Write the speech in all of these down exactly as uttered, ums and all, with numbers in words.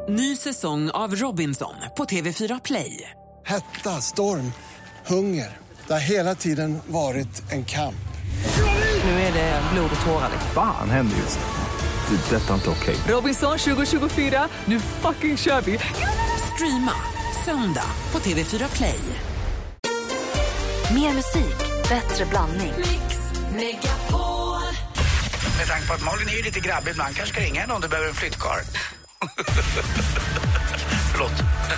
Ny säsong av Robinson på T V fyra Play. Hetta, storm, hunger. Det har hela tiden varit en kamp. Nu är det blod och tårar. Fan händer just det. Det är detta inte okej. Robinson tjugo tjugofyra, nu fucking kör vi. Streama söndag på T V fyra Play. Mer musik, bättre blandning. Mix Megapol. Med tanke på att Malin är ju lite grabbig ibland, kanske ska ringa henne om du behöver en flyttkar. Förlåt.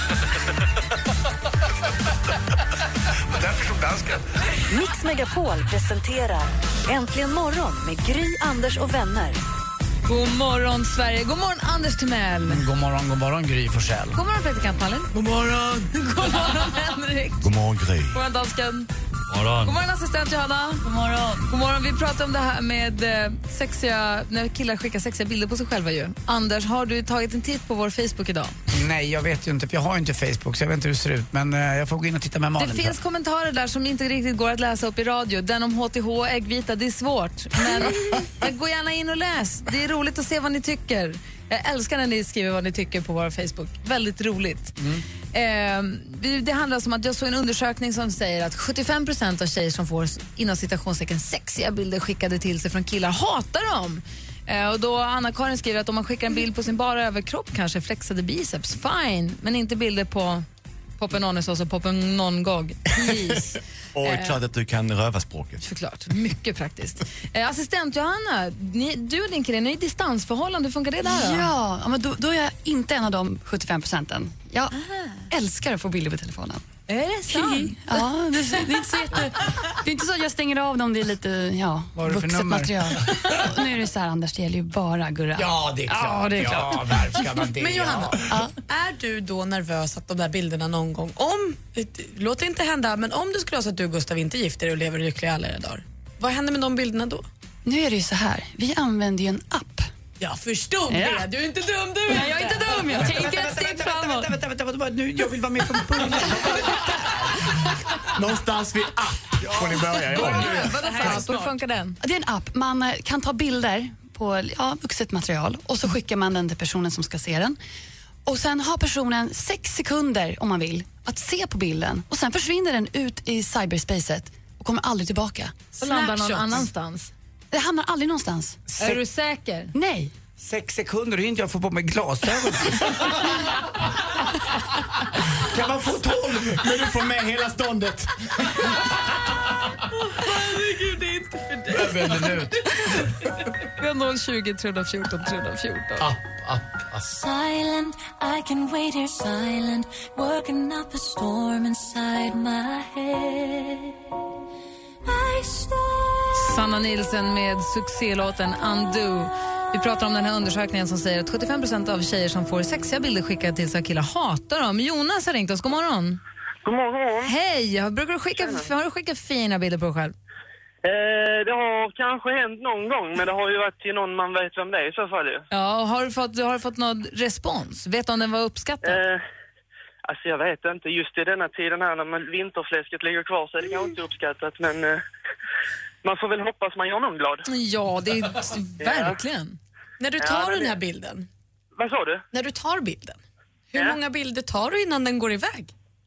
Men där förstod dansken. Mix Megapol presenterar Äntligen morgon med Gry, Anders och vänner. God morgon Sverige, god morgon Anders Timell. God morgon, god morgon Gry Forssell. God morgon praktikant Malin. God morgon. God morgon Henrik. God morgon Gry. God morgon dansken. God morgon. God morgon assistent Johanna. God morgon. God morgon, vi pratar om det här med eh, sexiga, när killar skickar sexiga bilder på sig själva ju. Anders, har du tagit en titt på vår Facebook idag? Nej, jag vet ju inte, för jag har ju inte Facebook så jag vet inte hur det ser ut. Men eh, jag får gå in och titta med Malin. Det finns kommentarer där som inte riktigt går att läsa upp i radio. Den om H T H och äggvita, det är svårt. Men, men gå gärna in och läs. Det är roligt att se vad ni tycker. Jag älskar när ni skriver vad ni tycker på vår Facebook. Väldigt roligt. Mm. Eh, det handlar om att jag såg en undersökning som säger att sjuttiofem procent av tjejer som får inom citationstecken sexiga bilder skickade till sig från killar hatar dem. Eh, och då Anna-Karin skriver att om man skickar en bild på sin bara överkropp, kanske flexade biceps, fine. Men inte bilder på poppen onisås och poppen non-gog. Please. Och det är klart att du kan rövarspråket. Såklart, mycket praktiskt. Eh, assistent Johanna, ni, du och din kille, ni är i distansförhållande. Hur funkar det där då? Ja, men då, då är jag inte en av de sjuttiofem procenten. Jag Aha. älskar att få bilder på telefonen. Är det sant? Ja, det, det är inte så jätte, det är inte så att jag stänger av dem, det är lite, ja, vuxet material. Och nu är det så här, Anders, det gäller ju bara gurra. Ja, det är klart. Ja, det är klart. Ja, varför ska man det? Men Johanna, ja. är du då nervös att de där bilderna någon gång, om, låt det inte hända, men om du skulle ha så att du och Gustav inte gifter dig och lever lyckliga alla era dagar, vad händer med de bilderna då? Nu är det ju så här, vi använder ju en app. Jag förstod ja. det, du är inte dum, du är Nej, jag är inte dum, jag tänker ett steg framåt. Vänta, vänta, vänta, vänta, nu, jag vill vara med från början. Någonstans vid app får ni börja. Ja. Vad är det för app? Hur funkar den? Det är en app, man kan ta bilder på ja, vuxet material och så skickar man den till personen som ska se den. Och sen har personen sex sekunder, om man vill, att se på bilden. Och sen försvinner den ut i cyberspacet och kommer aldrig tillbaka. Och landar någon annanstans? Det hamnar aldrig någonstans. Är du säker? Nej. Sex sekunder, det är inte jag får på mig glasögon. Kan man få tolv? Men du får med hela ståndet. Herregud, det är inte för dig. Över en minut. Vi har noll tjugo, tre fjorton, tre fjorton. App, app, app. Silent, I can wait here silent, working up a storm inside my head. I start... Sanna Nielsen med succélåten Undo. Vi pratar om den här undersökningen som säger att sjuttiofem procent av tjejer som får sexiga bilder skickade till sig av killar hatar dem. Jonas har ringt oss, god morgon. God morgon. Hej, brukar du skicka, har du skickat fina bilder på dig själv? Eh, det har kanske hänt någon gång, men det har ju varit till någon man vet vem det är i så fall ju. Ja, har du fått, har du fått någon respons? Vet du om den var uppskattad? Eh, alltså jag vet inte, just i denna tiden här när man, vinterfläsket ligger kvar så är det kanske inte uppskattat, men eh, man får väl hoppas man gör någon glad. Ja, det är verkligen. När du tar ja, den här det... bilden. Vad sa du? När du tar bilden. Hur ja. många bilder tar du innan den går iväg?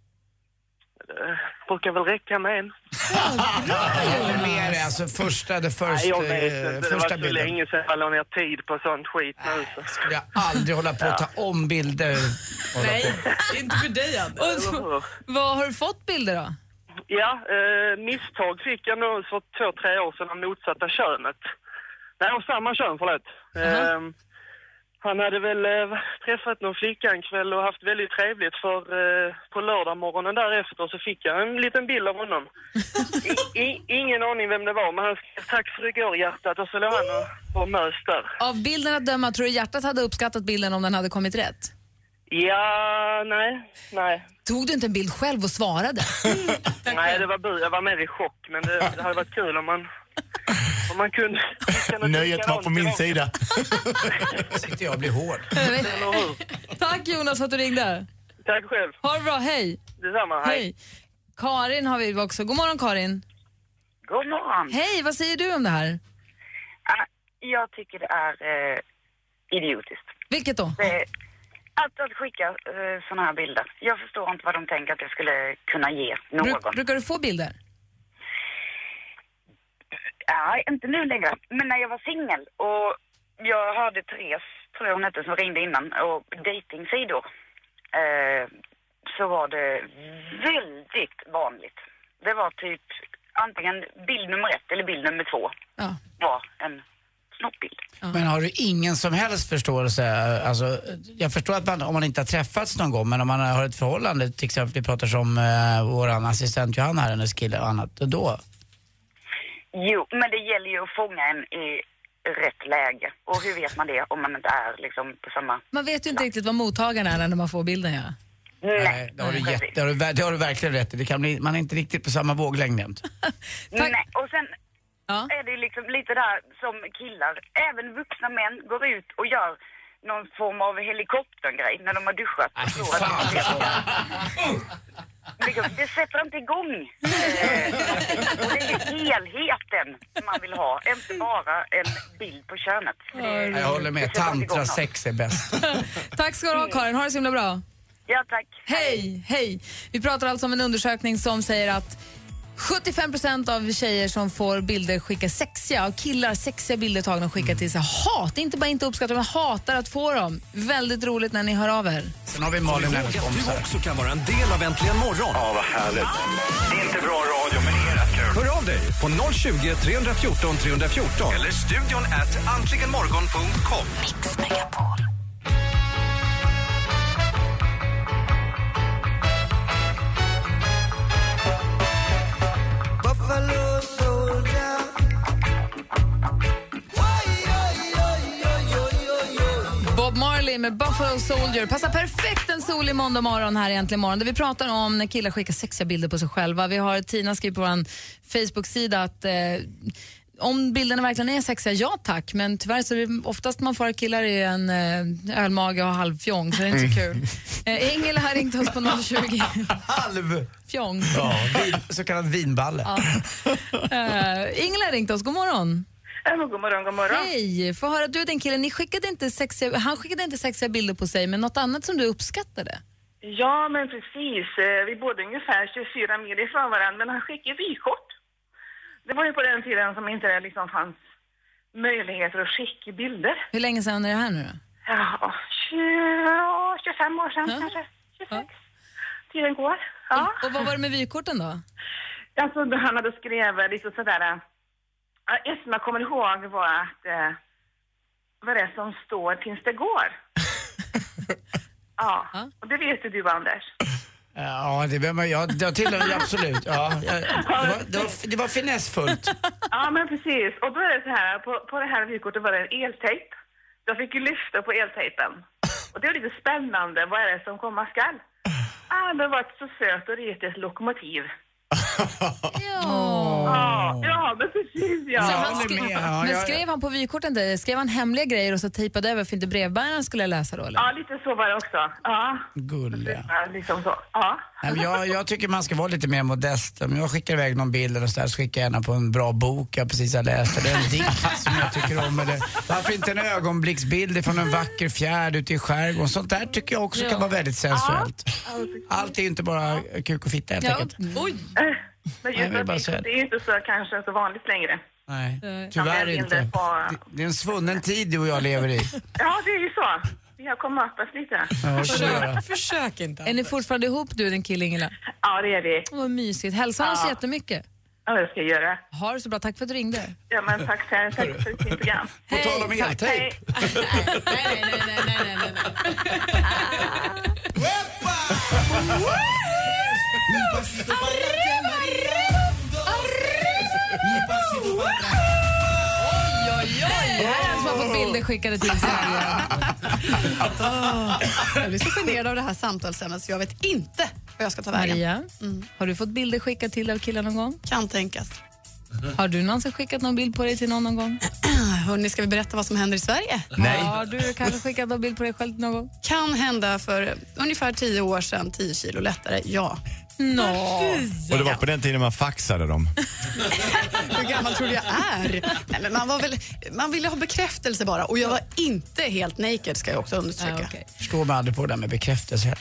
Det brukar väl räcka med en. Eller mer, alltså första, det första, Nej, jag vet inte. Det första var så bilden. länge sedan jag la ner tid på sånt skit nu. Så. Skulle jag aldrig hålla på att ta om bilder. Nej, inte för dig, Anders. Och, vad har du fått bilder då? Ja, eh, misstag fick jag nog för två, tre år sedan av motsatta könet. Nej, av samma kön, förlåt. Uh-huh. Eh, han hade väl eh, träffat någon flicka en kväll och haft väldigt trevligt för eh, på lördag morgonen därefter så fick jag en liten bild av honom. I, i, ingen aning vem det var, men han skrev tack för igår hjärtat och så låg han och, och mös där. Av bilden att döma, tror du hjärtat hade uppskattat bilden om den hade kommit rätt? Ja, nej, nej. Tog du inte en bild själv och svarade? Nej, det var bu- jag var mer i chock, men det, det hade varit kul om man, om man kunde... Nöjet var på min sida. Sitter jag och blir hård. Tack Jonas för att du ringde. Tack själv. Ha det bra, hej. Detsamma, hej. Hej. Karin har vi också. God morgon Karin. God morgon. Hej, vad säger du om det här? Jag tycker det är eh, idiotiskt. Vilket då? Det, Att, att skicka uh, såna här bilder. Jag förstår inte vad de tänker att det skulle kunna ge någon. Bruk, brukar du få bilder? Ja, inte nu längre. Men när jag var singel och jag hörde Therese, tror jag hon hette, som ringde innan, och datingsidor, eh, så var det väldigt vanligt. Det var typ antingen bild nummer ett eller bild nummer två. Ja. Var en snoppbild. Ja. Men har du ingen som helst förståelse? Alltså, jag förstår att man, om man inte har träffats någon gång, men om man har ett förhållande, till exempel vi pratar som eh, våran assistent Johanna här, hennes kille och annat, då? Jo, men det gäller ju att fånga en i rätt läge. Och hur vet man det om man inte är liksom på samma... Man vet ju inte riktigt vad mottagaren är när man får bilden, ja. Nej, det har, du jätte, det, har du, det har du verkligen rätt i. Det kan bli, man är inte riktigt på samma våglängd jämt. Nej, och sen ja. är det liksom lite där som killar, även vuxna män, går ut och gör någon form av helikoptergrej när de har duschat. Alltså, och liksom, det sätter inte igång. Och det är helheten man vill ha, inte bara en bild på könet. Det, jag håller med, tantra sex är bäst. Tack ska du ha, Karin. Ha det så himla bra. Ja, tack. Hej, hej. Vi pratar alltså om en undersökning som säger att sjuttiofem procent av tjejer som får bilder skickar sexiga, och killar sexiga bilder tagna och skickar till sig. Hat, inte bara inte uppskattar, men hatar att få dem. Väldigt roligt när ni hör av er. Sen har vi Malin och hennes kompisar. Du också kan vara en del av Äntligen morgon. Ja, vad härligt. Det är inte bra radio, men det är rätt kul. Hör av dig på noll tjugo, tre fjorton, tre fjorton eller studion at antligenmorgon punkt com. Mix Megapol. Bob Marley med Buffalo Soldier passar perfekt en solig måndag morgon här egentligen morgon, där vi pratar om när killar skickar sexiga bilder på sig själva. Vi har Tina skrivit på vår Facebook-sida att eh, om bilderna verkligen är sexiga, ja tack, men tyvärr så är det oftast man får killar i en eh, ölmage och halvfjong, så det är inte så kul. Eh, Ingela har ringt oss på noll tjugo. Halv? Fjong. Ja, vin, så kallad vinballe. Ja. Uh, Ingela har ringt oss, god morgon. Ja, god morgon, god morgon. Hej, få höra, du och din kille, ni skickade inte sexiga, han skickade inte sexiga bilder på sig, men något annat som du uppskattade? Ja, men precis. Vi bodde ungefär tjugofyra mil ifrån varandra, men han skickade vykort. Det var ju på den tiden som inte det liksom fanns möjligheter att skicka bilder. Hur länge sedan är det här nu då? Ja, tjugo, tjugofem år sedan ja. kanske. tjugosex. Ja. Tiden går. Ja. Och, och vad var det med vykorten då? Alltså, han hade skrivit lite sådär... Ett som jag kommer ihåg var att... Eh, vad det är som står tills det går. Ja, ja. Och det vet du, Anders. Ja, det var jag, jag tillhör ju absolut. Ja, jag, det, var, det, var, det var finessfullt. Ja, men precis. Och då är det så här, på, på det här vykortet var det en eltejp. Jag fick ju lyfta på eltejpen. Och det är lite spännande. Vad är det som komma skall? Ah, det var ett så söt och ritigt lokomotiv. Ja. Ja, men precis, ja. Så han skrev, ja, men skrev han på vykorten där, skrev han hemliga grejer och så tejpade över för inte brevbäraren skulle läsa då, eller? Ja, lite så var det också. Ja. Gulliga. Liksom så. Ja. Jag, jag tycker man ska vara lite mer modest. Om jag skickar iväg någon bild eller så där, så skickar jag gärna på en bra bok jag precis har läst. Eller en dikt som jag tycker om. Eller varför inte en ögonblicksbild från en vacker fjärd ute i skärgården. Sånt där tycker jag också ja. kan vara väldigt sensuellt. Ja. Allt är ju inte bara kuk och fitta helt ja. enkelt. Oj! Men just Nej, det, det är inte så kanske så vanligt längre. Nej, tyvärr inte. På... Det, det är en svunnen tid du och jag lever i. Ja, det är ju så. Vi har kommit upp oss lite. Ja, försök, försök inte. Är ni fortfarande ihop, du och din kille Ingela? Ja, det är vi. Vad mysigt. Hälsa oss ja. jättemycket. Ja, det ska jag göra. Ha det så bra. Tack för att du ringde. Ja, men tack för, tack för ett fint program. På tal om eltejp. Nej, nej, nej, nej, nej, nej, nej. Oj, oj, oj. Här är en som har fått bilder skickade till sig. Jag blir så generad av det här samtalsämnet så jag vet inte vad jag ska ta vägen. Maria, mm. har du fått bilder skickat till av killar någon gång? Kan tänkas. Har du någonsin skickat någon bild på dig till någon någon gång? Hörrni, ska vi berätta vad som händer i Sverige? Nej. Har du kanske skickat någon bild på dig själv någon gång? Kan hända för ungefär tio år sedan, tio kilo lättare, ja. No. Och det var på den tiden man faxade dem. Hur gammal tror du jag är? Nej, men man, var väl, man ville ha bekräftelse bara. Och jag var inte helt naked, ska jag också understryka. Ah, okay. Förstår mig aldrig på det där med bekräftelse.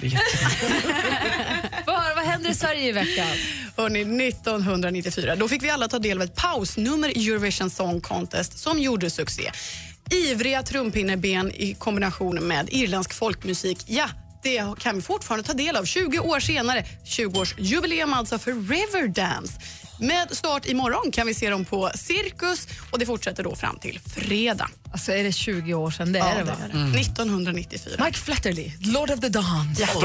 vad, vad händer i Sverige i veckan? Hörrni, nittonhundranittiofyra, då fick vi alla ta del av ett pausnummer i Eurovision Song Contest som gjorde succé. Ivriga trumpinneben i kombination med irländsk folkmusik. Ja, det kan vi fortfarande ta del av tjugo år senare. tjugo-årsjubileum alltså för Riverdance. Med start imorgon kan vi se dem på Cirkus och det fortsätter då fram till fredag. Alltså är det tjugo år sedan? Det ja, är det, det va? är det. Mm. nittonhundranittiofyra. Mike Flatterly, Lord of the Dance. Ja.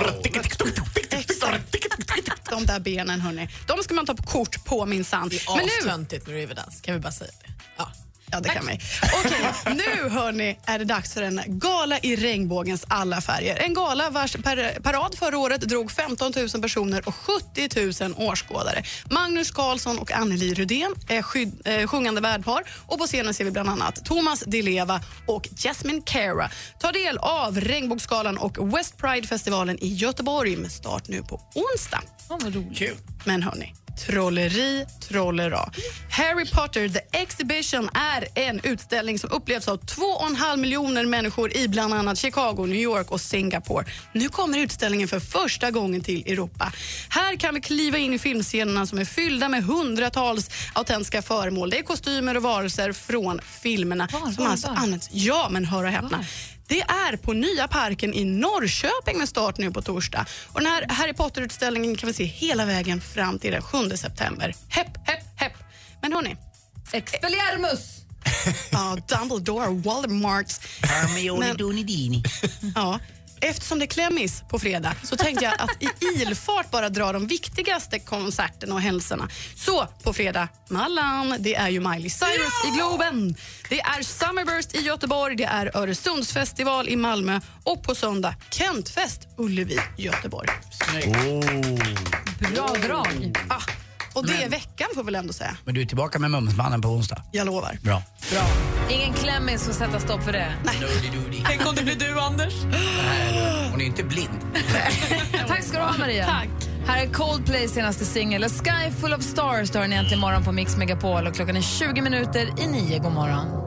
De där benen, hörni. De ska man ta på kort på minsann. Det är astöntigt med Riverdance, kan vi bara säga det. Ja. Ja, det kan vi. Okej, nu hörni är det dags för en gala i regnbågens alla färger. En gala vars par- parad förra året drog femton tusen personer och sjuttio tusen åskådare. Magnus Carlsson och Anneli Rudén är skydd, eh, sjungande värdpar. Och på scenen ser vi bland annat Thomas Di Leva och Jasmine Cara. Ta del av Regnbågsgalan och West Pride-festivalen i Göteborg med start nu på onsdag. Oh, vad roligt. Kul. Men hörni, trolleri, trollera. Harry Potter The Exhibition är en utställning som upplevs av två och en halv miljoner människor i bland annat Chicago, New York och Singapore. Nu kommer utställningen för första gången till Europa. Här kan vi kliva in i filmscenerna som är fyllda med hundratals autentiska föremål. Det är kostymer och varelser från filmerna var, som var, alltså var. används. Ja, men hör och häpna. Det är på Nya Parken i Norrköping med start nu på torsdag. Och den här Harry Potter-utställningen kan vi se hela vägen fram till den sjunde september. Hepp, hepp, hepp. Men hörni. Expelliarmus! Ja, Dumbledore, Voldemort. Hermione Donidini. Ja. Eftersom det är klämmis på fredag så tänkte jag att i ilfart bara dra de viktigaste konserterna och händelserna. Så på fredag, Mallan, det är ju Miley Cyrus ja! i Globen. Det är Summerburst i Göteborg, det är Öresundsfestival i Malmö och på söndag Kentfest, Ullevi, Göteborg. Oh. Bra drag. Ah, och det är veckan får väl ändå säga. Men du är tillbaka med Mumsmannen på onsdag. Jag lovar. Bra. Bra. Ingen klämmis att sätta stopp för det. Nej. Tänk om det blir du, Anders. Nej, hon är inte blind. Tack ska du ha, Maria. Tack. Här är Coldplays senaste singel, A Sky Full of Stars. Då har ni äntligen morgon på Mix Megapol och klockan är tjugo minuter i nio. God morgon.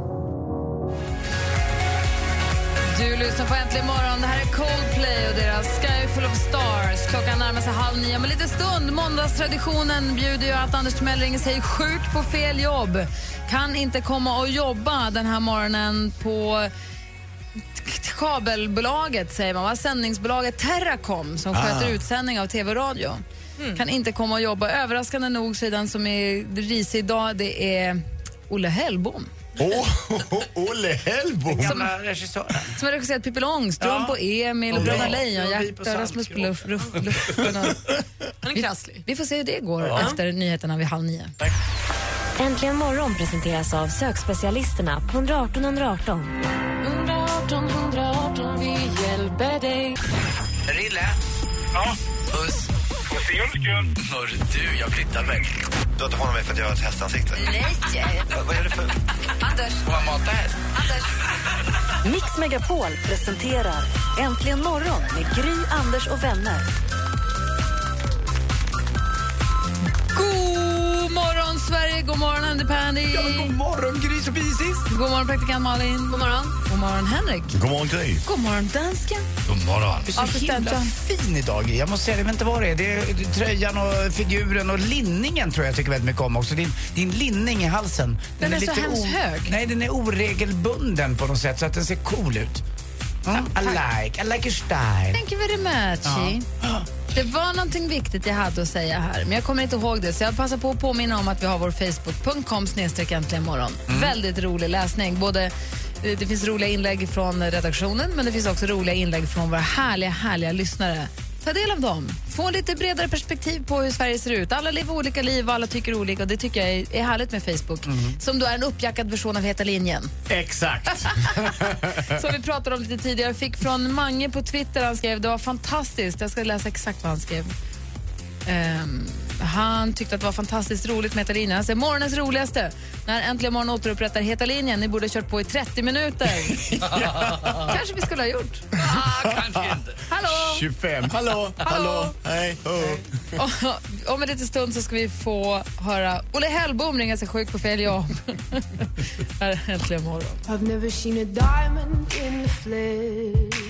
Du lyssnar på Äntligen morgon. Det här är Coldplay och deras Sky Full of Stars. Klockan närmar sig halv nio. Men lite stund. Måndagstraditionen bjuder ju att Anders Timell ringer sig sjuk på fel jobb. Kan inte komma och jobba den här morgonen på kabelbolaget, säger man, va? Sändningsbolaget Terracom som ah. sköter utsändning av tv och radio. Mm. Kan inte komma och jobba. Överraskande nog så är den som är risig idag, det är Olle Hellbom. Oh, Olle Hellbom. Som, som har regisserat Pippi Långstrump ja. och Emil och Bröderna Lejonhjärta, Rasmus Bluff, Ruff, Luff. Han är krasslig. Vi får se hur det går ja. efter nyheterna vid halv nio. Tack. Äntligen morgon presenteras av sökspecialisterna på ett ett ett ett ett. ett ett ett ett, vi hjälper dig. Rille. Ja? Puss. Puss i julskull. Hör du, jag flyttar väg. Du har inte honom med för att jag har ett hästansikte? Nej. Ja, vad är det för? Anders. Får man mata häst? Anders. Mix Megapol presenterar Äntligen morgon med Gry, Anders och vänner. God morgon Sverige, god morgon Andy Pandy. Ja, god morgon Gry och Pisis. God morgon praktikant Malin. God morgon. God morgon Henrik. God morgon Gry. God morgon dansken. God morgon. Du är så himla fin idag. Jag måste säga, jag vet inte vad det är. Det är tröjan och figuren och linningen tror jag tycker väldigt mycket om också. Din, din linning i halsen. Den, den är, är lite så hemskt hög. Nej, den är oregelbunden på något sätt så att den ser cool ut. Mm, I like, I like your style. Thank you very much. Ja. Det var någonting viktigt jag hade att säga här, men jag kommer inte ihåg det, så jag passar på att påminna om att vi har vår facebook punkt com snedstreck äntligen morgon. Mm. Väldigt rolig läsning. Både, det finns roliga inlägg från redaktionen, men det finns också roliga inlägg från våra härliga, härliga lyssnare. Ta del av dem. Få lite bredare perspektiv på hur Sverige ser ut. Alla lever olika liv och alla tycker olika, och det tycker jag är, är härligt med Facebook. Mm. Som då är en uppjackad version av Heta linjen. Exakt. Som vi pratade om lite tidigare. Jag fick från Mange på Twitter, han skrev, det var fantastiskt. Jag ska läsa exakt vad han skrev. Um, han tyckte att det var fantastiskt roligt med Heta linjen. Han säger, morgonens roligaste. När Äntligen morgon återupprättar Heta linjen. Ni borde ha kört på i trettio minuter. Kanske vi skulle ha gjort. Ah, kanske inte. Hallå! tjugofem. Hallå, hallå, hej, oh. Och, om en liten stund så ska vi få höra Olle Hellbom ringa sig sjuk på fel jobb. Här är Äntligen morgon. I've never seen a diamond in the flesh.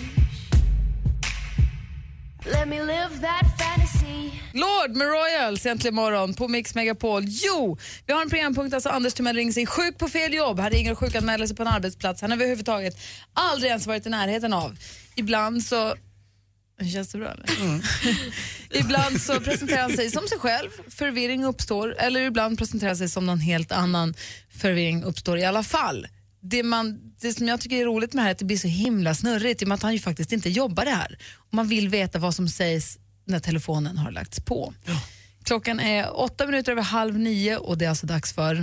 Let me live that fantasy. Lord med Royals, Äntligen morgon på Mix Megapol. Jo, vi har en programpunkt, alltså Anders Timell ringer sig sjuk på fel jobb. Han ringer och sjukanmäler sig på en arbetsplats. Han har överhuvudtaget aldrig ens varit i närheten av. Ibland så... Känns det bra eller? Mm. Ibland så presenterar han sig som sig själv, förvirring uppstår. Eller ibland presenterar han sig som någon helt annan, förvirring uppstår i alla fall. Det, man, det som jag tycker är roligt med det här är att det blir så himla snurrigt i och med att han ju faktiskt inte jobbar det här. Och man vill veta vad som sägs när telefonen har lagts på. Ja. Klockan är åtta minuter över halv nio och det är alltså dags för...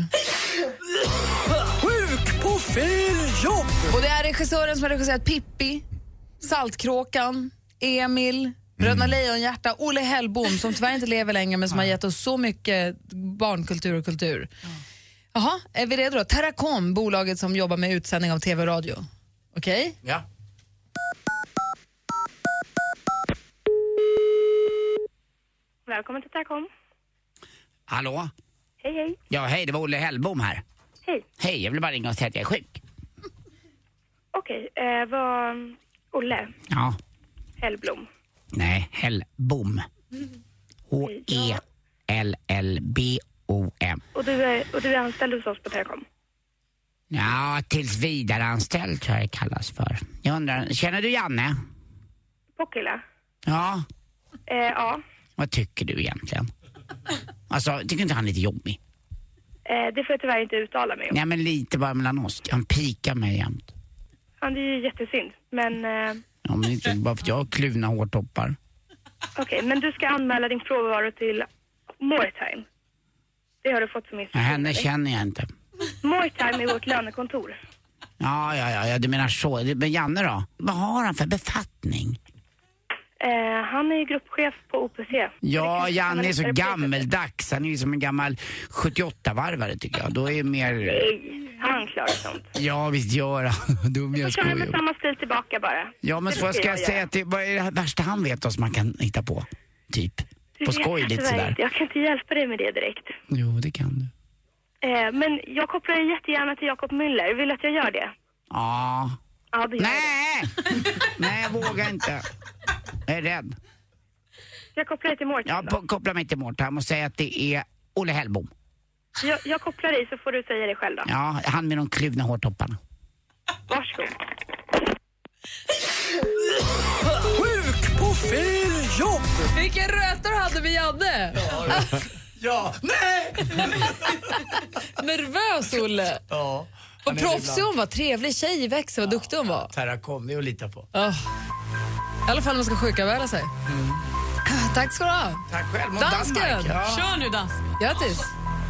Sjuk på fel jobb! Och det är regissören som har regisserat Pippi, Saltkråkan, Emil, Bröderna mm. Lejonhjärta, Olle Hellbom som tyvärr inte lever längre men som ja. har gett oss så mycket barnkultur och kultur. Ja. Jaha, är vi redo då? Terracom, bolaget som jobbar med utsändning av tv och radio. Okej? Okay? Ja. Välkommen till Terracom. Hallå? Hej, hej. Ja, hej, det var Olle Hellbom här. Hej. Hej, jag vill bara ringa och säga att jag är sjuk. Okej, okay, eh, vad... Olle? Ja. Hellblom? Nej, Hellbom. H E L L B O M. Och du är, och du är anställd hos oss på Terracom? Ja, tills vidare anställd tror jag det kallas för. Jag undrar, känner du Janne? Pockila? Ja. Eh, ja. Vad tycker du egentligen? Alltså, tycker inte han är lite jobbig? Eh, det får jag tyvärr inte uttala mig om. Nej, men lite bara mellan oss. Han pikar mig jämt. Ja, det är ju jättesynd, men... Eh... Ja, men inte bara för att jag har kluvna hårtoppar. Okej, okay, men du ska anmäla din frånvaro till Moretime. Det har du fått som instruktion. Ja, henne känner jag inte. Moretime är vårt lönekontor. Ja, ja, ja, ja, du menar så. Men Janne då? Vad har han för befattning? Eh, han är ju gruppchef på O P C. Ja, Janne är så gammeldags. Han är ju som en gammal sjuttioåtta-varvare tycker jag. Då är mer... Nej, han klarar sånt. Ja, visst gör han. Dum jag skojar. Jag med samma stil tillbaka bara. Ja, men vad ska jag, jag säga att det, vad är det värsta han vet oss man kan hitta på? Typ. Du på skoj lite sådär. Jag kan inte hjälpa dig med det direkt. Jo, det kan du. Eh, men jag kopplar dig jättegärna till Jakob Müller. Vill att jag gör det? Ja. Ja, det gör Nej! Det. Nej, jag vågar inte. Jag är rädd. Jag kopplar dig till Mårten. Ja, på, koppla mig till Mårten och säga att det är Olle Hellbom. Jag, jag kopplar dig så får du säga det själv då. Ja, han med de kluvna hårtopparna. Varsågod. Sjuk på fel jobb! Vilken rötor hade vi, Janne? Ja, ja. Nej! Nervös, Olle. Ja. Och proffsig hon var, trevlig tjej i växel, vad duktig hon var. Terracom, det är att lita på. Oh. I alla fall om man ska sjukanmäla sig. Mm. Tack ska du ha. Tack själv. Mot Dansken. Danmark. Ja. Kör nu, dans. Grattis.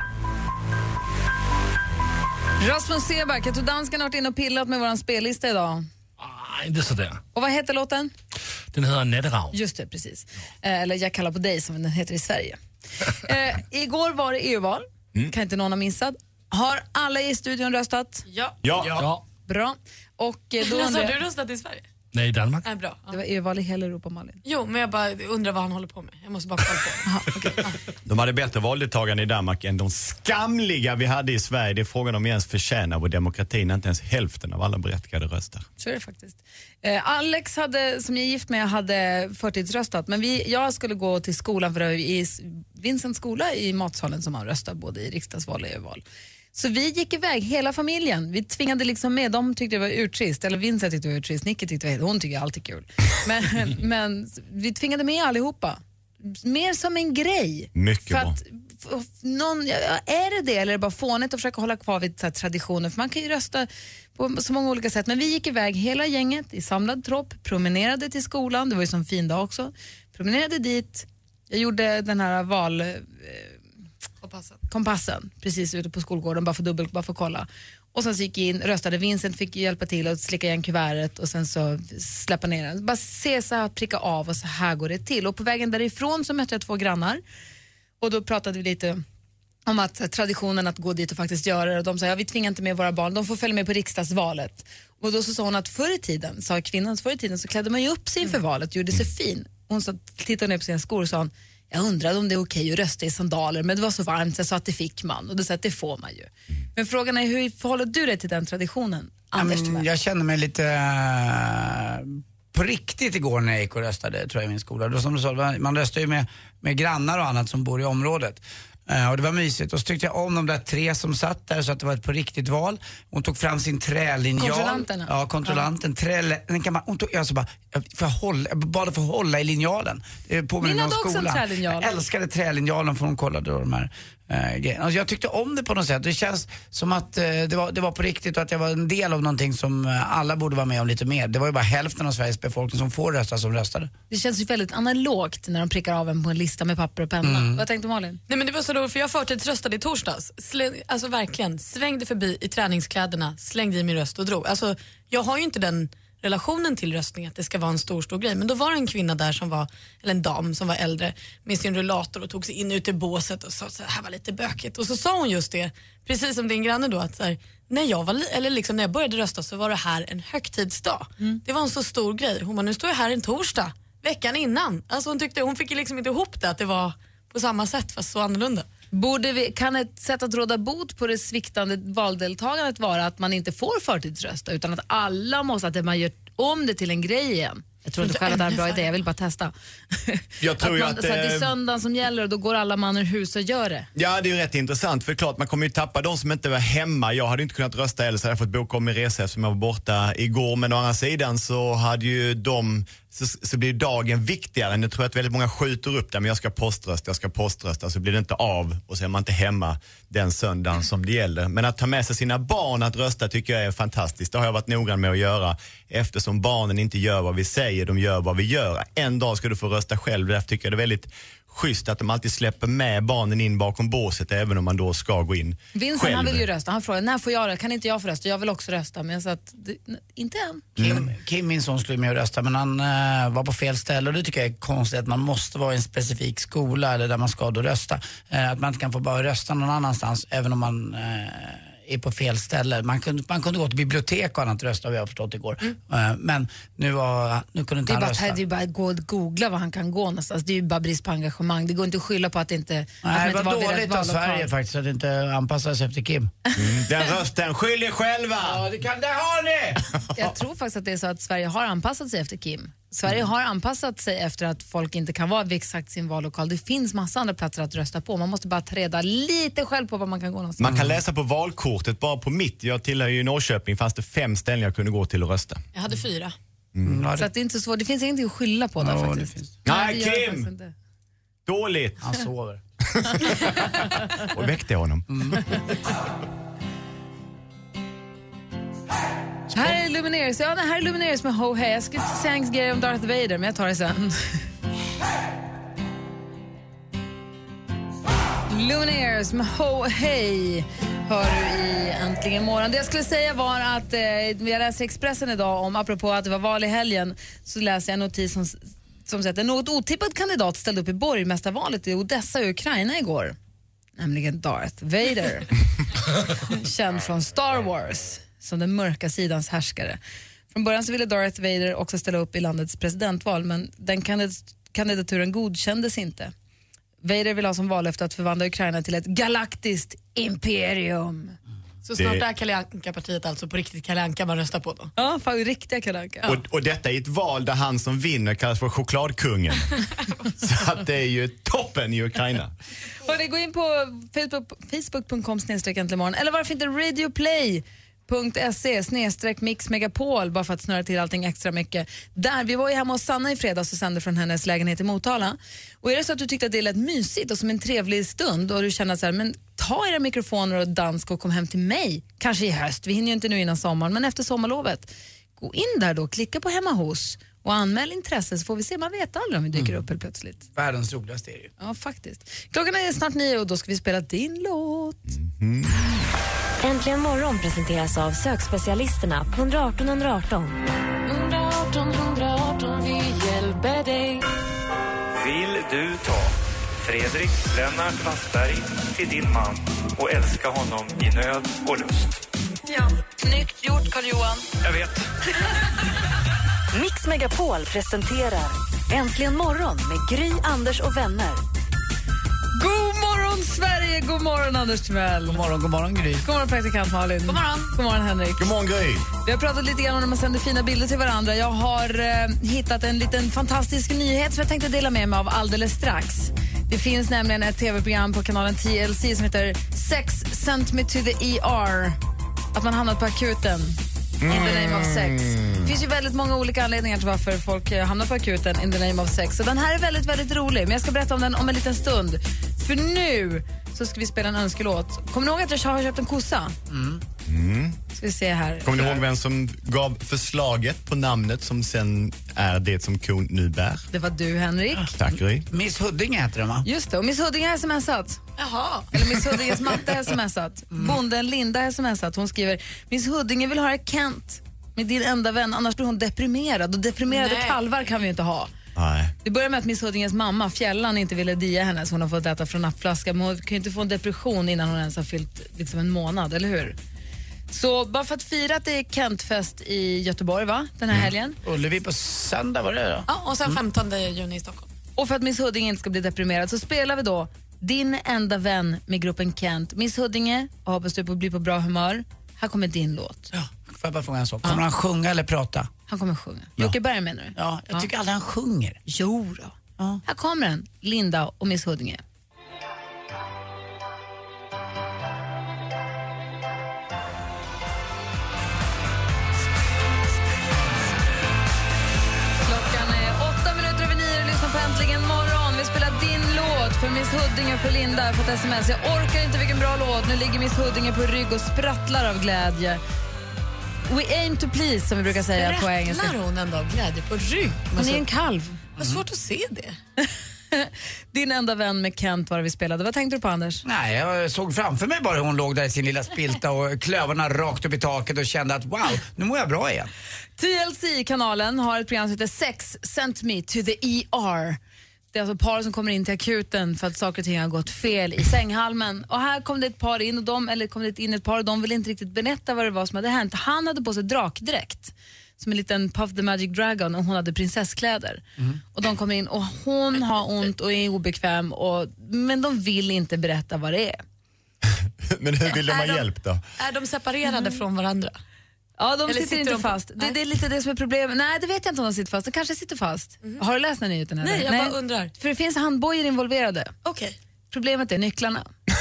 Rasmus Seback, jag tror dansken har varit inne och pillat med våran spellista idag. Ah, inte sådär. Och vad heter låten? Den heter Nätterau. Just det, precis. Eh, eller Jag kallar på dig som den heter i Sverige. eh, igår var det E U-val. Mm. Kan inte någon ha missat. Har alla i studion röstat? Ja. Ja. ja. Bra. Och eh, då alltså, undrar... har du röstat i Sverige? Nej, i Danmark. Nej, bra. Ja. Det var E U-val i hela Europa, Malin. Jo, men jag bara undrar vad han håller på med. Jag måste bara kolla på. Aha, okay. Ja. De hade bättre valdeltagande i Danmark än de skamliga vi hade i Sverige. Det är frågan om ens förtjänar vår demokrati när inte ens hälften av alla berättigade röstar. Så är det faktiskt. Eh, Alex, hade, som jag är gift med, hade förtidsröstat. Men vi, jag skulle gå till skolan för i Vincents skola i matsalen som han röstar både i riksdagsval och E U-val. Så vi gick iväg, hela familjen. Vi tvingade liksom med, de tyckte det var urtrist. Eller Vincent tyckte det var urtrist, Nicky tyckte det var, hon tycker allt är kul. Men, men vi tvingade med allihopa. Mer som en grej. Mycket för bra. Att, för, någon, är det det eller är det bara fånigt att försöka hålla kvar vid så här, traditioner? För man kan ju rösta på så många olika sätt. Men vi gick iväg hela gänget i samlad tropp, promenerade till skolan. Det var ju som fin dag också. Promenerade dit. Jag gjorde den här val... Eh, Kompassen. Kompassen, precis ute på skolgården, bara för dubbel, bara för att kolla. Och sen så gick jag in, röstade, Vincent fick hjälpa till att slicka igen kuvertet och sen så släppa ner den. Bara se så här, pricka av och så här går det till. Och på vägen därifrån så mötte jag två grannar och då pratade vi lite om att traditionen att gå dit och faktiskt göra det. Och de sa, ja vi tvingar inte med våra barn, de får följa med på riksdagsvalet. Och då så sa hon att förr i tiden, sa kvinnan, förr i tiden så klädde man ju upp sig inför valet och gjorde sig fin. Hon så tittade ner på sina skor och sa hon, jag undrade om det är okej att rösta i sandaler, men det var så varmt så jag sa att det fick man. Och det sa att det får man ju. Men frågan är, hur förhåller du dig till den traditionen, Anders? Mm, jag känner mig lite äh, på riktigt igår när jag gick och röstade, tror jag, i min skola. Då, som du sa, man röstar ju med, med grannar och annat som bor i området. Uh, och det var mysigt. Och så tyckte jag om de där tre som satt där så att det var ett på riktigt val. Hon tog fram sin trälinjal. Kontrollanterna? Ja, kontrollanten. Ja. Trä, den kan man, hon tog, jag så bara, jag, får jag, hålla, jag bad att få hålla i linjalen. Min hade också en trälinjal. Jag älskade trälinjalen för hon kollade då de här uh, grejerna. Alltså jag tyckte om det på något sätt. Det känns som att uh, det, var, det var på riktigt och att jag var en del av någonting som uh, alla borde vara med om lite mer. Det var ju bara hälften av Sveriges befolkning som får rösta som röstade. Det känns ju väldigt analogt när de prickar av en på en lista med papper och penna. Mm. Vad tänkte Malin? Nej, men det var så då, för jag förtidsröstade i torsdags. Släng, alltså verkligen, svängde förbi i träningskläderna, slängde i min röst och drog. Alltså, jag har ju inte den relationen till röstning att det ska vara en stor, stor grej. Men då var det en kvinna där som var, eller en dam som var äldre med sin rullator och tog sig in ut i båset och sa att det här var lite bökigt. Och så sa hon just det, precis som din granne då, att så här, när, jag var, eller liksom, när jag började rösta så var det här en högtidsdag. Mm. Det var en så stor grej. Hon bara, nu står jag här en torsdag, veckan innan. Alltså hon tyckte, hon fick liksom inte ihop det, att det var på samma sätt fast så annorlunda. Borde vi, kan ett sätt att råda bot på det sviktande valdeltagandet vara att man inte får förtidsrösta utan att alla måste, att man gör om det till en grej igen? Jag tror inte själv att det är en bra idé, jag vill bara testa. Jag tror att man, att, så att det är eh, söndagen som gäller och då går alla man ur hus och gör det. Ja, det är ju rätt intressant för klart man kommer ju tappa de som inte var hemma. Jag hade inte kunnat rösta eller så hade jag fått boka om min resa eftersom jag var borta igår. Men å andra sidan så hade ju de, så, så blir dagen viktigare. Jag tror att väldigt många skjuter upp där, men jag ska poströsta, jag ska poströsta, så blir det inte av och så är man inte hemma den söndagen som det gäller. Men att ta med sig sina barn att rösta tycker jag är fantastiskt. Det har jag varit noggrann med att göra eftersom barnen inte gör vad vi säger, de gör vad vi gör. En dag ska du få rösta själv, därför tycker jag det är väldigt schysst att de alltid släpper med barnen in bakom båset även om man då ska gå in Vincent, själv. Han vill ju rösta, han frågar när får jag det? Kan inte jag få rösta? Jag vill också rösta, men jag sa att det, inte än. Kim, mm. Kim, min son, skulle med och rösta, men han uh, var på fel ställe och det tycker jag är konstigt att man måste vara i en specifik skola eller där man ska då rösta. Uh, att man inte kan få bara rösta någon annanstans även om man uh, är på fel ställe. Man kunde, man kunde gå till bibliotek och annat rösta, vi har förstått igår. Mm. Uh, men nu, var, nu kunde inte det är han bara, rösta. det är bara att gå och googla var han kan gå någonstans. Det är ju bara brist på engagemang. Det går inte att skylla på att det inte, Nej, att det inte var var dåligt av Sverige faktiskt att inte anpassa sig efter Kim. Mm. Den rösten, skyll er själva! Ja, det kan det har ni! Jag tror faktiskt att det är så att Sverige har anpassat sig efter Kim. Sverige har anpassat sig efter att folk inte kan vara vid exakt sin vallokal. Det finns massa andra platser att rösta på. Man måste bara ta reda lite själv på var man kan gå någonstans. Man kan läsa på valkortet, bara på mitt. Jag tillhör ju Norrköping, fanns det fem ställen jag kunde gå till och rösta. Jag hade fyra. Mm. Så att det är inte så svårt. Det finns ingenting att skylla på där Ja, faktiskt. det finns. Nej, det gör det Kim! faktiskt inte. Dåligt! Han sover. Och väckte honom. Mm. Här är Lumineers. Ja, här är Lumineers med Ho Hey. Jag skulle inte säga en grej om Darth Vader, men jag tar det sen. Lumineers med Ho Hey hör du i Äntligen morgon. Det jag skulle säga var att eh, jag läste Expressen idag om, apropå att det var val i helgen, så läste jag en notis som, som säger att en något otippad kandidat ställde upp i borgmästarvalet i Odessa i Ukraina igår. Nämligen Darth Vader. Känd från Star Wars som den mörka sidans härskare. Från början så ville Darth Vader också ställa upp i landets presidentval, men den kandid- kandidaturen godkändes inte. Vader vill ha som vallöfte att förvandla Ukraina till ett galaktiskt imperium. Så snart det... är Kalle Anka-partiet alltså på riktigt Kalle Anka man röstar på då? Ja, fan, riktiga Kalle Anka. Ja. Och, och detta är ett val där han som vinner kallas för chokladkungen. Så att det är ju toppen i Ukraina. Hörrni, gå in på facebook punkt com snedstreck äntligen morgon, eller varför inte radioplay punkt se snedstreck mix megapol, bara för att snöra till allting extra mycket. Där, vi var ju hemma hos Sanna i fredags och sände från hennes lägenhet i Motala. Och är det så att du tyckte att det lät mysigt och som en trevlig stund och du känner så här, men ta era mikrofoner och dansk och kom hem till mig, kanske i höst, vi hinner ju inte nu innan sommaren, men efter sommarlovet, gå in där då, klicka på hemma hos och anmäl intresse så får vi se, man vet aldrig om vi dyker mm. upp helt plötsligt. Världens roligaste är det ju. Ja, faktiskt. Klockan är snart nio och då ska vi spela din låt. Mm. Äntligen morgon presenteras av sökspecialisterna på ett ett åtta ett ett åtta. ett ett åtta ett ett åtta, vi hjälper dig. Vill du ta Fredrik Lennart Wassberg till din man och älska honom i nöd och lust? Ja. Snyggt gjort, Carl-Johan. Jag vet. Mix Megapol presenterar Äntligen morgon med Gry, Anders och vänner. God morgon, Sverige! God morgon, Anders Timell. God morgon, god morgon, Gry. God morgon, praktikant Malin. God morgon. God morgon, Henrik. God morgon, Gry. Vi har pratat lite grann om när man sänder fina bilder till varandra. Jag har eh, hittat en liten fantastisk nyhet som jag tänkte dela med mig av alldeles strax. Det finns nämligen ett tv-program på kanalen T L C som heter Sex Sent Me to the E R. Att man hamnat på akuten. In the name of sex. Det finns ju väldigt många olika anledningar till varför folk hamnar på akuten in the name of sex. Så den här är väldigt, väldigt rolig. Men jag ska berätta om den om en liten stund. För nu så ska vi spela en önskelåt. Kommer ni ihåg att jag har köpt en kossa? Mm. Mm. Ska vi se här. Kommer ni ihåg vem som gav förslaget på namnet som sen är det som kon nu bär? Det var du, Henrik. Tack, Gry. Miss Huddinge heter den, va? Just det, och Miss Huddinge har smsat. Jaha. Eller Miss Huddinges matte har smsat. Mm. Bonden Linda har smsat. Hon skriver: Miss Huddinge vill höra Kent med din enda vän, annars blir hon deprimerad. Och deprimerade Nej. kalvar kan vi inte ha. Nej. Det börjar med att Miss Huddinges mamma, Fjällan, inte ville dia henne så hon har fått äta från nappflaska. Men hon kan ju inte få en depression innan hon ens har fyllt liksom en månad, eller hur? Så bara för att fira att det är Kentfest i Göteborg, va? Den här mm. helgen. Ullevi på söndag, var det då? Ja, och sen femtonde juni i Stockholm. Och för att Miss Huddinge inte ska bli deprimerad så spelar vi då Din enda vän med gruppen Kent. Miss Huddinge, och hoppas du blir på bra humör. Här kommer din låt. Ja, får jag bara fråga en sak. Kommer ja. han sjunga eller prata? Han kommer sjunga. Ja. Jocke Berg menar du? Ja, jag tycker ja. aldrig han sjunger. Jo då. Ja. Här kommer den. Linda och Miss Huddinge. Klockan är åtta minuter över nio och lyssnar på Äntligen morgon. Vi spelar din låt för Miss Huddinge och för Linda. Jag har fått sms. Jag orkar inte, vilken bra låt. Nu ligger Miss Huddinge på rygg och sprattlar av glädje. We aim to please, som vi brukar säga sprattlar på engelska. Sprattlar hon ändå av glädje på rygg? Hon är en kalv. Vad svårt att se det. Din enda vän med Kent var det vi spelade. Vad tänkte du på, Anders? Nej, jag såg framför mig bara hur hon låg där i sin lilla spilta och klövarna rakt upp i taket och kände att wow, nu mår jag bra igen. T L C-kanalen har ett program som heter Sex Sent Me to the E R. Det är alltså par som kommer in till akuten för att saker och ting har gått fel i sänghalmen. Och här kom det ett par in och de, eller kom det in ett par och de ville inte riktigt berätta vad det var som hade hänt. Han hade på sig drakdräkt som en liten Puff the Magic Dragon och hon hade prinsesskläder. Mm. Och de kommer in och hon har ont och är obekväm och, men de vill inte berätta vad det är. Men hur vill de ha hjälp då? Är de separerade mm. från varandra? Ja, de sitter, sitter inte de fast. Det, det är lite det som är problemet. Nej, det vet jag inte om de sitter fast. De kanske sitter fast. Mm. Har du läst den nyheten? Nej, jag Nej. bara undrar. För det finns handbojor involverade. Okej. Okay. Problemet är nycklarna.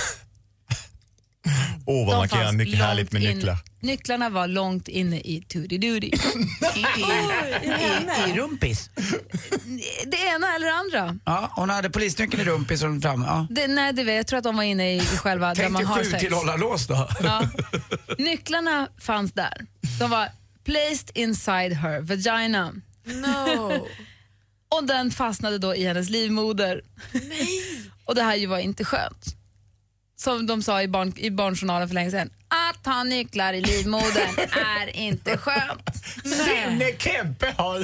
Åh, oh, vad man kan göra mycket härligt med nycklar. In, nycklarna var långt inne i tutti-dutti. I, i, i, I rumpis? Det ena eller andra. Ja, hon hade polisnyckeln i rumpis och fram. Ja. Det, nej, det vet jag. tror att de var inne i, i själva där man har sex. Tänk dig sju till hålla lås då. Ja. Nycklarna fanns där. De var placed inside her vagina. No. Och den fastnade då i hennes livmoder. Nej. Och det här ju var inte skönt. Som de sa i, barn, i barnjournalen för länge sedan. Att ha nycklar i livmodern är inte skönt. Sinne Kempe har.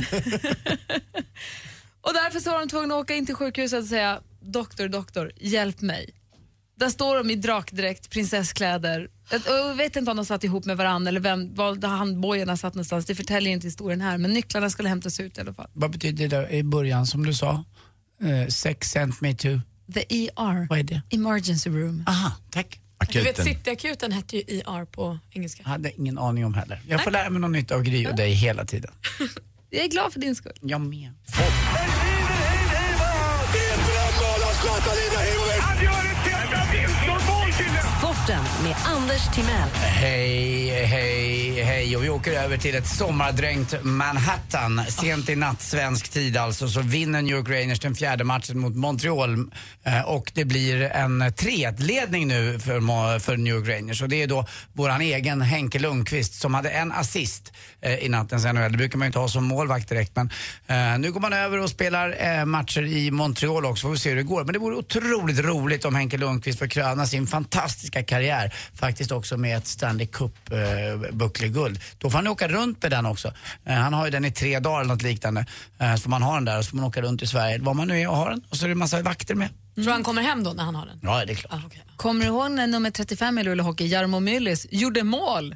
Och därför så var de tvungna att åka in till sjukhuset och säga: doktor, doktor, hjälp mig. Där står de i drakdräkt, prinsesskläder. Jag vet inte om de satt ihop med varandra eller vem, var handbojorna satt någonstans. Det förtäljer inte historien här, men nycklarna skulle hämtas ut i alla fall. Vad betyder det i början som du sa? Uh, sex sent me to... The E R. Vad är det? Emergency room. Aha, tack. Akuten. Du vet, Cityakuten hette ju E R på engelska. Jag hade ingen aning om heller. Jag får lära mig något nytt av Gry och dig hela tiden. Jag är glad för din skull. Jag med. Sporten med Anders Timell. Hej, hej, hej. Och vi åker över till ett sommardränkt Manhattan. Sent i natt, svensk tid alltså, så vinner New York Rangers den fjärde matchen mot Montreal. Och det blir en tre ett-ledning nu för, för New York Rangers. Och det är då våran egen Henke Lundqvist som hade en assist i nattens N H L. Det brukar man ju inte ha som målvakt direkt. Men uh, nu går man över och spelar uh, matcher i Montreal också. Får vi se hur det går. Men det vore otroligt roligt om Henke Lundqvist får kröna sin fantastiska karriär. Faktiskt också med ett Stanley Cup-buckleguld. Uh, Då får han åka runt med den också. Uh, han har ju den i tre dagar eller något liknande. Uh, så får man ha den där och så får man åka runt i Sverige. Var man nu är och har den. Och så är det en massa vakter med. Mm. Tror han kommer hem då när han har den? Ja, det är klart. Ah, okay. Kommer du ihåg när nummer trettiofem i Luleå Hockey, Jarmo Myllys, gjorde mål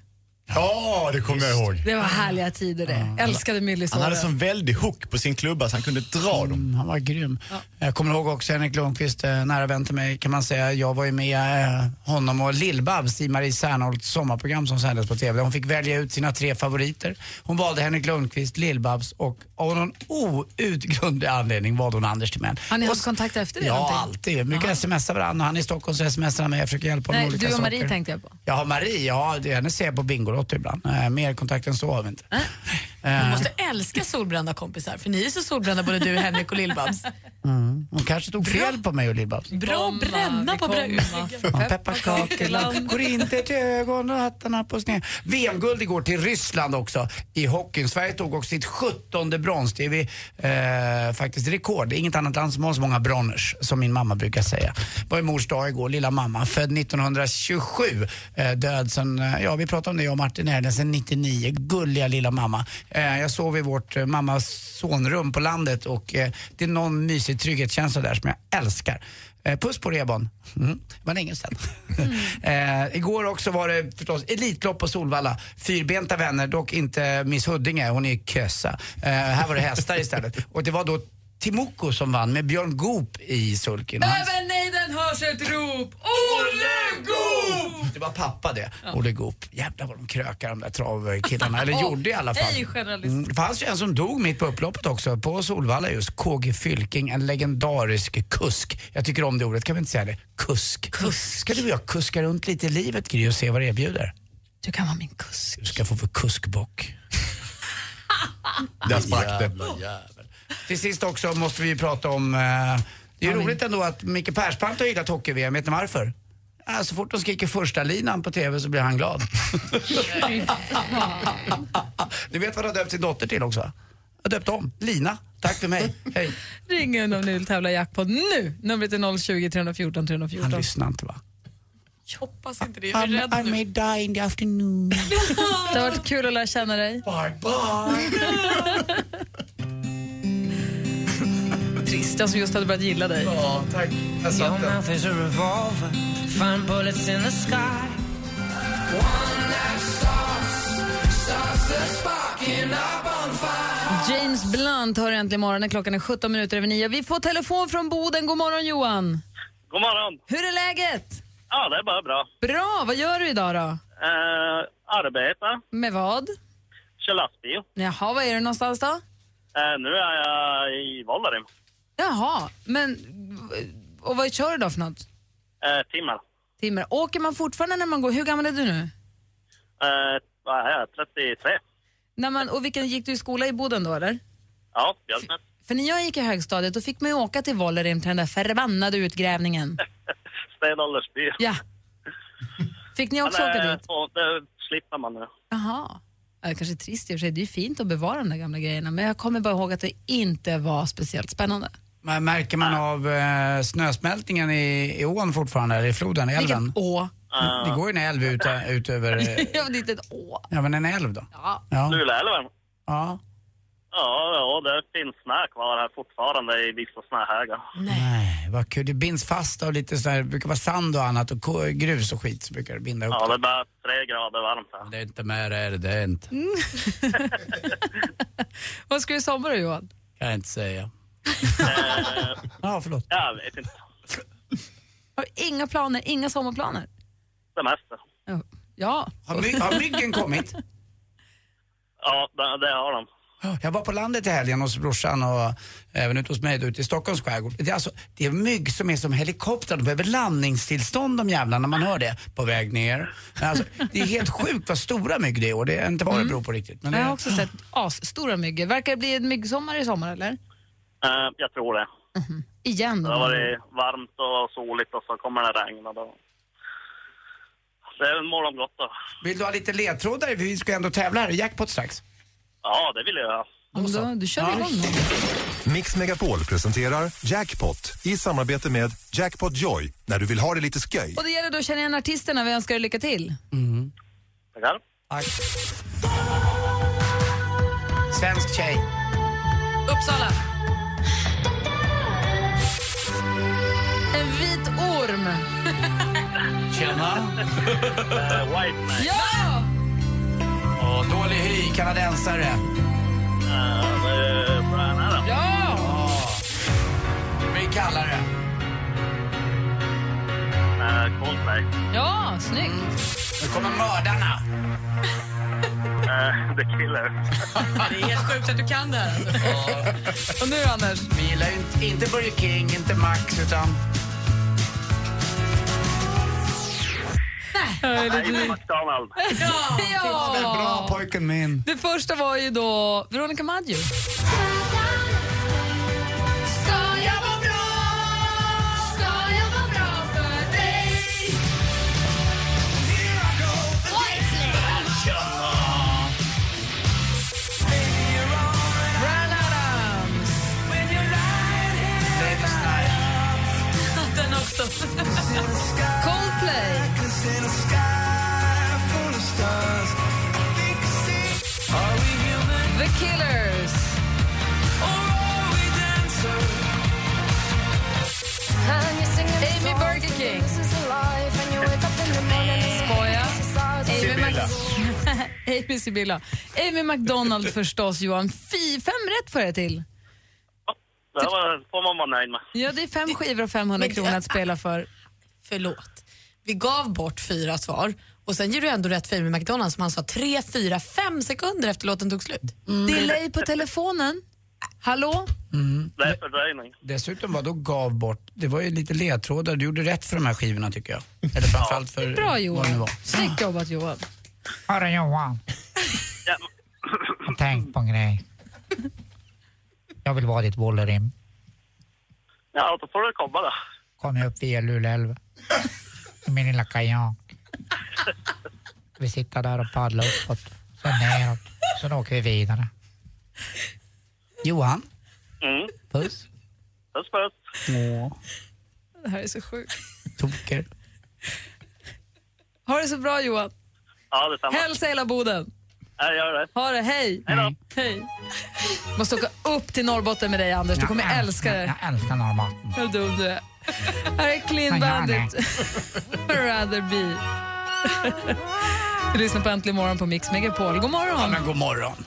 Ja, det kommer jag ihåg. Det var härliga tider det. Ja. Älskade Millys. Han hade sån väldig hook på sin klubba så han kunde dra dem. Mm, han var grym. Ja. Jag kommer ihåg också Henrik Lundqvist, eh, nära vän till mig kan man säga. Jag var ju med eh, honom och Lill-Babs i Marie Serneholts sommarprogram som sändes på tv. Hon fick välja ut sina tre favoriter. Hon valde Henrik Lundqvist, Lill-Babs och av någon outgrundlig anledning valde hon Anders Timell. Har ni haft kontakt efter det? Ja, någonting? alltid. Mycket smsar varandra. Han är i Stockholm så smsar mig. Jag försöker hjälpa honom med olika du och saker. Marie tänkte jag på. Ja, Marie, ja, det är henne ser jag på Bingolotto ibland. Äh, mer kontakt än så har vi inte. Äh. Du måste älska solbrända kompisar, för ni är så solbrända både du, Henrik och Lill-Babs. Mm. Hon kanske tog fel på mig och Lill-Babs. Bra att bränna på bröd. Pepparkakeland går inte till ögon och hattarna på sned. V M-guld igår till Ryssland också i hockeyn. Sverige tog också sitt sjuttonde brons. Det är vi eh, faktiskt rekord. Det är inget annat land som har så många bronners, som min mamma brukar säga. Det var ju mors dag igår, lilla mamma. Född nittonhundratjugosju. Eh, död sen, eh, ja vi pratade om det, jag och Martin Erden, sen nittionio. Gulliga lilla mamma. Eh, jag sov i vårt eh, mammas sonrum på landet och eh, det är någon mysig trygghetskänsla där som jag älskar. Eh, puss på Rebon. Mm. Det var länge sedan. Mm. eh, igår också var det förstås elitlopp på Solvalla. Fyrbenta vänner, dock inte Miss Huddinge, hon är kössa. Eh, här var det hästar istället. Och det var då Timoko som vann med Björn Goop i sulken. Över nejden hörs ett rop. Olle Goop! Det var pappa det. Ja. Olle Goop. Jävlar vad de krökar de där travkillarna. Eller gjorde i alla fall. Hej, journalist. Mm, det fanns ju en som dog mitt på upploppet också. På Solvalla just. K G Fylking. En legendarisk kusk. Jag tycker om det ordet. Kan vi inte säga det? Kusk. Kusk. Ska du och jag kuska runt lite i livet, Gry, och se vad det erbjuder? Du kan vara min kusk. Du ska få för kuskbock. Där sprack det. Till sist också måste vi ju prata om... Eh, det är ju roligt ändå att Micke Persbrandt har gillat hockey-V M. Vet ni varför? Ja, så fort de skriker första linan på tv så blir han glad. Ni vet vad han har döpt sin dotter till också? Jag har döpt om. Lina. Tack för mig. Hej. Ring in om ni vill tävla jackpot nu. Numret är noll tjugo, tre fjorton, tre fjorton. Han lyssnar inte, va? Jag hoppas inte det. Jag är rädd I may die in the afternoon. Det har varit kul att lära känna dig. Bye, bye. Trist, jag som just hade börjat gilla dig. Ja, tack. Jag satt den. James Blunt hör äntligen morgonen. Klockan är sjutton minuter över nio. Vi får telefon från Boden. God morgon, Johan. God morgon. Hur är läget? Ja, det är bara bra. Bra, vad gör du idag då? Uh, arbeta. Med vad? Kör lastbil. Jaha, vad är du någonstans då? Uh, nu är jag i Vållerim. Jaha, men och vad kör du då för något? Uh, timmar. Timmar. Åker man fortfarande när man går? Hur gammal är du nu? Uh, vad är jag? trettiotre. När man, och vilken gick du i skola i Boden då, eller? Ja, Björknäs. För när jag gick i högstadiet då fick man ju åka till Vållerim till den där förbannade utgrävningen. Stenåldersby. Ja. Fick ni också Men, åka äh, dit? Och det slipper man nu. Jaha. Det är kanske trist i och för sig. Det är ju fint att bevara de där gamla grejerna. Men jag kommer bara ihåg att det inte var speciellt spännande. Men märker man av eh, snösmältningen i, i ån fortfarande, eller i floden, i älven? Vilken å? Det går ju en älv ut, ut över... Eh, ja, men det är inte ett å. Ja, men en älv då? Ja. Ja. Luleälven? Ja. Ja, ja, det finns snö kvar här fortfarande i vissa snöhögar. Nej, vad kul. Det binds fast av lite sådär, det brukar vara sand och annat och ko- grus och skit så brukar det binda upp. Ja, det är bara tre grader varmt här. Det är inte mer, är det, det är inte. Mm. Vad ska du i sommar då, Johan? Kan jag inte säga. Ja, ah, förlåt. Jag vet inte. Har du inga planer, inga sommarplaner? Semester. Ja. Har, my- har myggen kommit? Ja, det, det har de. Jag var på landet i helgen hos brorsan och även ute hos mig ute i Stockholms skärgård. Det är, alltså, det är mygg som är som helikoptrar. De behöver landningstillstånd, de jävlarna, när man hör det på väg ner. Alltså, det är helt sjukt vad stora mygg det är och det är inte vad det beror på riktigt. Men det... Jag har också sett asstora mygg. Verkar det bli en myggsommar i sommar, eller? Uh, jag tror det. Mm-hmm. Igen då? Det har varit varmt och soligt och så kommer det regna då. Det är en morgon gott då. Vill du ha lite ledtrådar? Vi ska ändå tävla här i jackpot strax. Ja, det vill jag. Då, då kör vi igång då. Mix Megapol presenterar Jackpot i samarbete med Jackpot Joy när du vill ha det lite sköj. Och det gäller då att känna igen artisterna. Vi önskar er lycka till. Mm. Tackar. Tack. Svensk tjej. Uppsala. En vit orm. Tjena. uh, white man. Ja! dålig hy, kanadensare. Ja! Vi kallar det. Uh, Coldplay. Ja, snyggt. Nu kommer mördarna. Uh, the Killer. Det är helt sjukt att du kan det här. Alltså. Och nu, Anders? Vi gillar ju inte, inte Burger King, inte Max, utan... Nej, det Amy McDonald. Ja! Ja. Bra, pojken min. Det första var ju då Veronica Maggio. Den också. Coldplay. The Killers. Amy Burger King. Skoja. Amy Mac- Amy Sibylla. Amy McDonald förstås, Johan. Fy, fem rätt för det till. Det var, får man vara nöjd med. Ja, det är fem skivor och femhundra kronor att spela för. Förlåt. Vi gav bort fyra svar och sen ger du ändå rätt för Amy McDonald som han sa tre, fyra, fem sekunder efter låten tog slut. Mm. Delay på telefonen. Hallå? Mm. Det är fördröjning. Dessutom var då gav bort, det var ju lite ledtrådar. Du gjorde rätt för de här skivorna tycker jag. Eller framförallt för Bra, vad det Johan. var. Snyggt jobbat, Johan. Hörru Johan, Ja. tänk på en grej. Jag vill vara ditt bollerim. Ja, då får du komma då. Kom upp via Luleälv. Min lilla kajak. Vi sitter där och paddlar uppåt. Sen neråt. Sen åker vi vidare. Johan? Mm. Puss. Puss, puss. Åh, Det här är så sjukt. toker. Ha det så bra, Johan. Ja, detsamma. Hälsa hela Boden. Jag gör det. Ha det, hej. Hej då. Hej. Måste åka upp till Norrbotten med dig, Anders. Du kommer Jag älska det. Jag älskar Norrbotten. Vad dum du är. Här är Clean Jag gör Bandit. Rather be. Du lyssnar på Äntligen morgon på Mix Megapol. God morgon. Ja, men god morgon.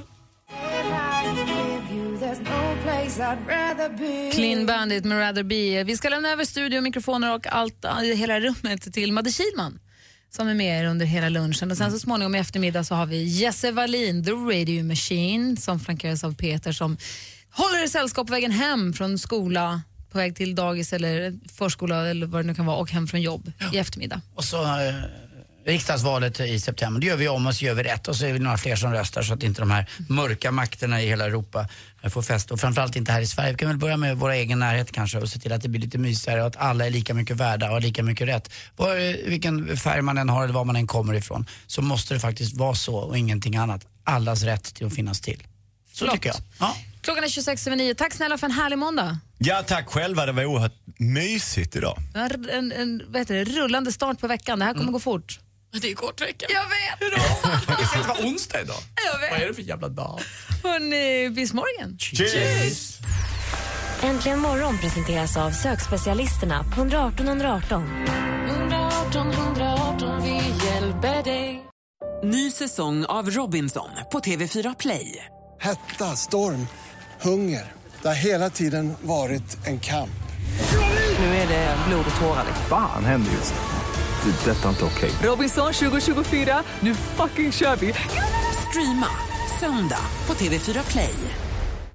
Clean Bandit med Rather be. Vi ska lämna över studio, mikrofoner och allt, hela rummet till Madde Kihlman som är med er under hela lunchen. Och sen så småningom i eftermiddag så har vi Jesse Wallin, The Radio Machine, som flankeras av Peter som håller i sällskap på vägen hem från skola, på väg till dagis eller förskola eller vad det nu kan vara, och hem från jobb i eftermiddag. Och så eh, riksdagsvalet i september, det gör vi om och så gör vi rätt. Och så är vi några fler som röstar så att inte de här mörka makterna i hela Europa får fäst. Och framförallt inte här i Sverige. Vi kan väl börja med våra egen närhet kanske och se till att det blir lite mysigare och att alla är lika mycket värda och har lika mycket rätt. Var, vilken färg man än har eller var man än kommer ifrån, så måste det faktiskt vara så och ingenting annat. Allas rätt till att finnas till. Så Flott. tycker jag. Ja. Klockan är tjugosex över nio. Tack snälla för en härlig måndag. Ja, tack själva. Det var oerhört mysigt idag. En, en, en vad heter det, rullande start på veckan. Det här kommer Mm. gå fort. Det är kort vecka. Jag vet! Det ska inte vara onsdag idag. Jag vet. Vad är det för jävla dag? Hörrni, bis morgon. Cheers! Äntligen morgon presenteras av sökspecialisterna på ett ett ett ett ett. ett ett ett ett, vi hjälper dig. Ny säsong av Robinson på T V fyra Play. Hetta, storm, hunger. Det har hela tiden varit en kamp. Nu är det blod och tårar. Fan händer just det. Det är detta inte okej. Robinson tjugo tjugofyra, nu fucking kör vi. Streama söndag på T V fyra Play.